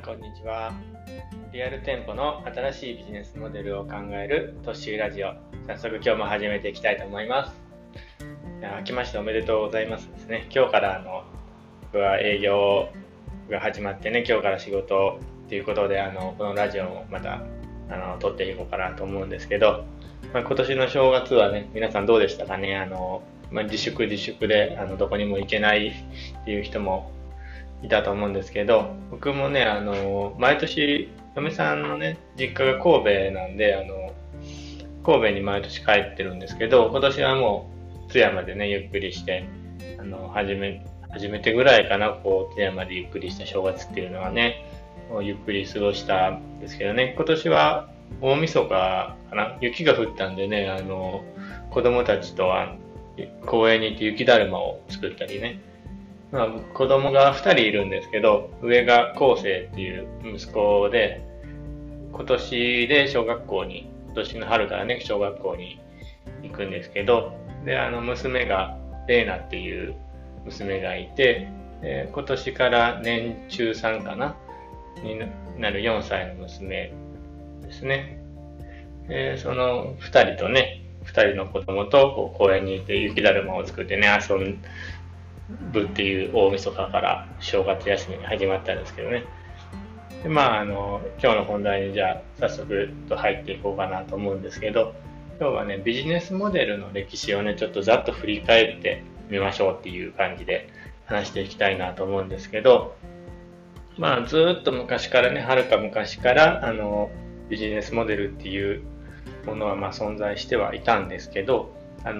こんにちは。リアル店舗の新しいビジネスモデルを考えるトッシーラジオ。早速今日も始めていきたいと思います。明けましておめでとうございますですね。今日から僕は営業が始まってね、今日から仕事ということでこのラジオもまた撮っていこうかなと思うんですけど、今年の正月はね、皆さんどうでしたかね。自粛でどこにも行けないっていう人もいたと思うんですけど、僕もね毎年嫁さんのね実家が神戸なんで神戸に毎年帰ってるんですけど、今年はもう津山でねゆっくりして初めてぐらいかな、津山でゆっくりした正月っていうのはねゆっくり過ごしたんですけどね、今年は大晦日かな、雪が降ったんでね子供たちとは公園に行って雪だるまを作ったりね、子供が2人いるんですけど、上が昴生っていう息子で、今年の春からね小学校に行くんですけど、で娘が玲奈っていう娘がいて、今年から年中さんかなになる4歳の娘ですね。その2人の子供と公園に行って雪だるまを作ってね遊ぶっていう大晦日から正月休みに始まったんですけどね。で今日の本題にじゃあ早速入っていこうかなと思うんですけど、今日はねビジネスモデルの歴史をねちょっとざっと振り返ってみましょうっていう感じで話していきたいなと思うんですけど、ずっと昔からね、はるか昔からビジネスモデルっていうものは存在してはいたんですけど、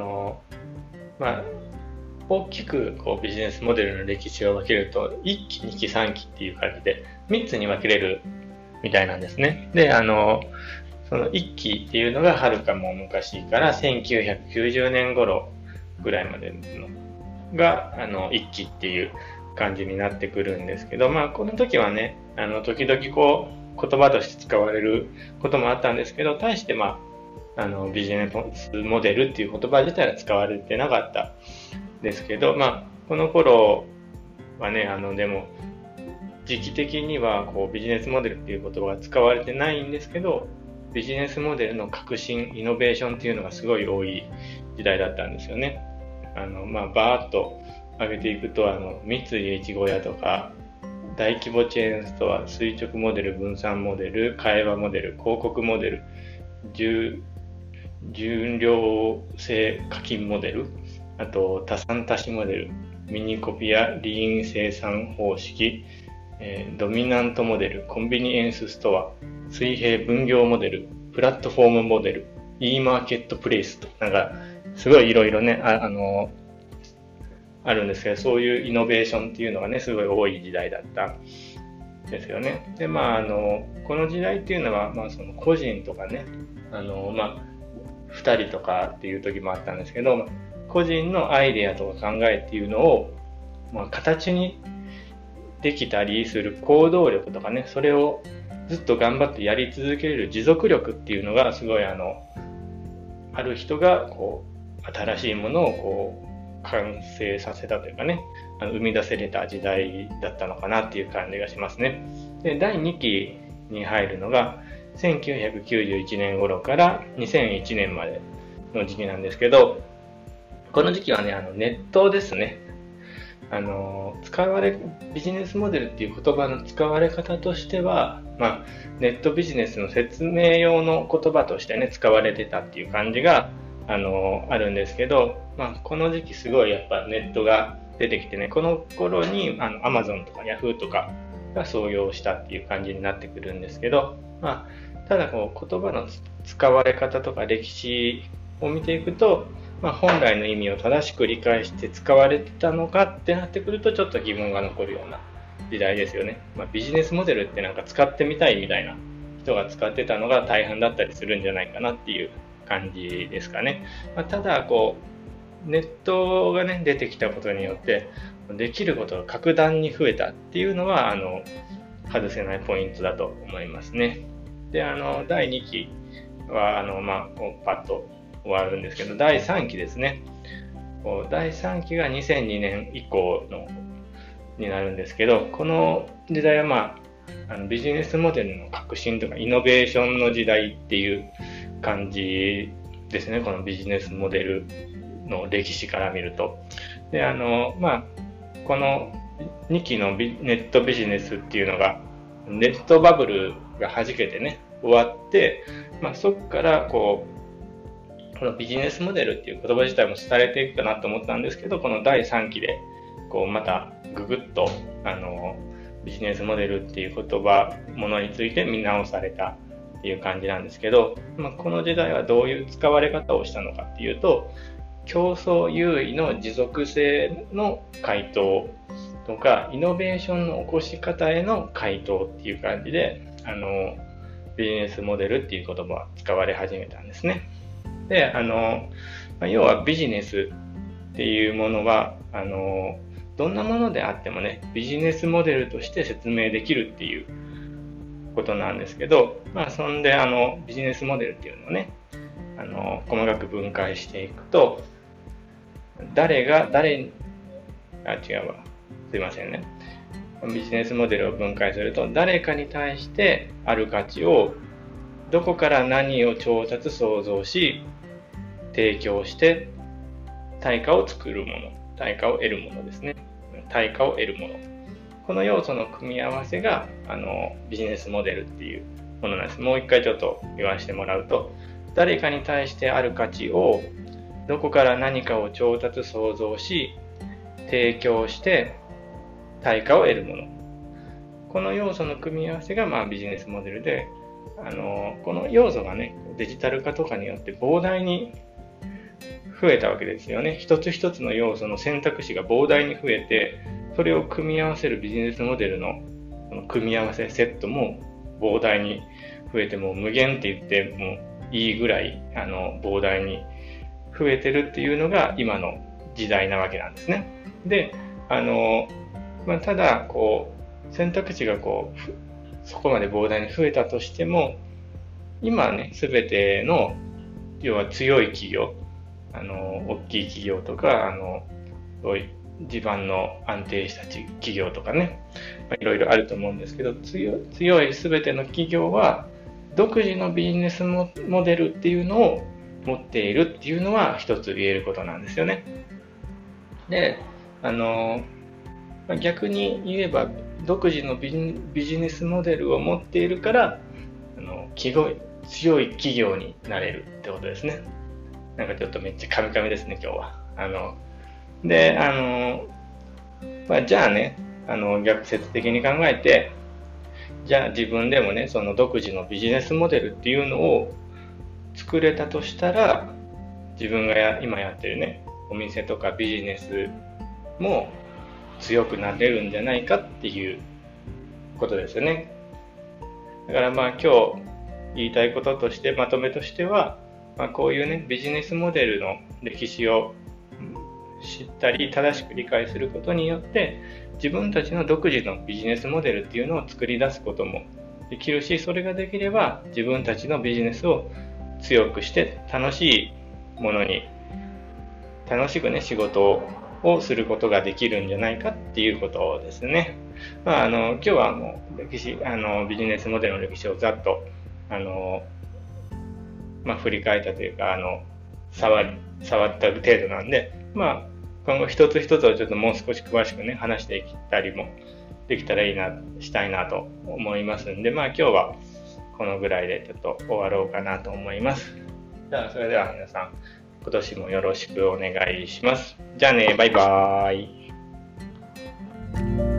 大きくビジネスモデルの歴史を分けると1期、2期、3期っていう感じで3つに分けれるみたいなんですね。で、その1期っていうのがはるかも昔から1990年頃ぐらいまでのが1期っていう感じになってくるんですけど、この時はね時々言葉として使われることもあったんですけど、対してビジネスモデルっていう言葉自体は使われてなかったですけど、この頃はねでも時期的にはビジネスモデルっていう言葉が使われてないんですけど、ビジネスモデルの革新イノベーションっていうのがすごい多い時代だったんですよね。バーッと上げていくと三井越後屋とか大規模チェーンストア、垂直モデル、分散モデル、会話モデル、広告モデル、純量性課金モデル、あと多産多子モデル、ミニコピア、リーン生産方式、ドミナントモデル、コンビニエンスストア、水平分業モデル、プラットフォームモデル、e マーケットプレイスとすごいいろいろねあるんですけど、そういうイノベーションっていうのがねすごい多い時代だったんですよね。でこの時代っていうのはその個人とかね2人とかっていう時もあったんですけど、個人のアイデアとか考えっていうのを、形にできたりする行動力とかね、それをずっと頑張ってやり続ける持続力っていうのがすごいある人が新しいものを完成させたというかね、生み出せれた時代だったのかなっていう感じがしますね。で、第2期に入るのが1991年頃から2001年までの時期なんですけど、この時期はねネットですね。ビジネスモデルっていう言葉の使われ方としては、ネットビジネスの説明用の言葉としてね使われてたっていう感じがあるんですけど、この時期すごいやっぱネットが出てきてね、この頃にAmazon とか Yahoo とかが創業したっていう感じになってくるんですけど、ただ言葉の使われ方とか歴史を見ていくと、本来の意味を正しく理解して使われてたのかってなってくるとちょっと疑問が残るような時代ですよね。ビジネスモデルって使ってみたいみたいな人が使ってたのが大半だったりするんじゃないかなっていう感じですかね。ただネットがね出てきたことによってできることが格段に増えたっていうのは外せないポイントだと思いますね。で第2期はパッと終わるんですけど、第3期ですね。第3期が2002年以降のになるんですけど、この時代はビジネスモデルの革新とかイノベーションの時代っていう感じですね。このビジネスモデルの歴史から見ると。で、この2期のネットビジネスっていうのが、ネットバブルが弾けてね、終わって、そこからこのビジネスモデルっていう言葉自体も廃れていくかなと思ったんですけど、この第3期でまたぐぐっとビジネスモデルっていうものについて見直されたっていう感じなんですけど、この時代はどういう使われ方をしたのかっていうと、競争優位の持続性の回答とかイノベーションの起こし方への回答っていう感じでビジネスモデルっていう言葉は使われ始めたんですね。で、要はビジネスっていうものはどんなものであってもね、ビジネスモデルとして説明できるっていうことなんですけど、そんでビジネスモデルっていうのをね、細かく分解していくと、すいませんね。ビジネスモデルを分解すると、誰かに対してある価値をどこから何を調達創造し提供して対価を作るもの、対価を得るものですね。対価を得るもの、この要素の組み合わせがビジネスモデルっていうものなんです。もう一回ちょっと言わせてもらうと、誰かに対してある価値をどこから何かを調達創造し提供して対価を得るもの、この要素の組み合わせがビジネスモデルで、この要素がね、デジタル化とかによって膨大に増えたわけですよね。一つ一つの要素の選択肢が膨大に増えて、それを組み合わせるビジネスモデルのこの組み合わせセットも膨大に増えて、もう無限って言ってもいいぐらい膨大に増えてるっていうのが今の時代なわけなんですね。で、ただ選択肢がそこまで膨大に増えたとしても、今ね、すべての要は強い企業、大きい企業とか地盤の安定した企業とかね、いろいろあると思うんですけど、強いすべての企業は独自のビジネスモデルっていうのを持っているっていうのは一つ言えることなんですよね。で、逆に言えば独自のビジネスモデルを持っているから強い企業になれるってことですね。なんかちょっとめっちゃカミカミですね、今日は。で、じゃあね、逆説的に考えて、じゃあ自分でもね、その独自のビジネスモデルっていうのを作れたとしたら、自分が今やってるね、お店とかビジネスも強くなれるんじゃないかっていうことですよね。だから今日言いたいこととして、まとめとしては、こういうね、ビジネスモデルの歴史を知ったり正しく理解することによって、自分たちの独自のビジネスモデルっていうのを作り出すこともできるし、それができれば自分たちのビジネスを強くして楽しくね、仕事をすることができるんじゃないかっていうことですね。今日はビジネスモデルの歴史をざっと振り返ったというか触った程度なんで、今後一つ一つをちょっともう少し詳しくね話していったりもできたらしたいなと思いますんで、今日はこのぐらいでちょっと終わろうかなと思います。じゃあそれでは皆さん、今年もよろしくお願いします。じゃあね、バイバーイ。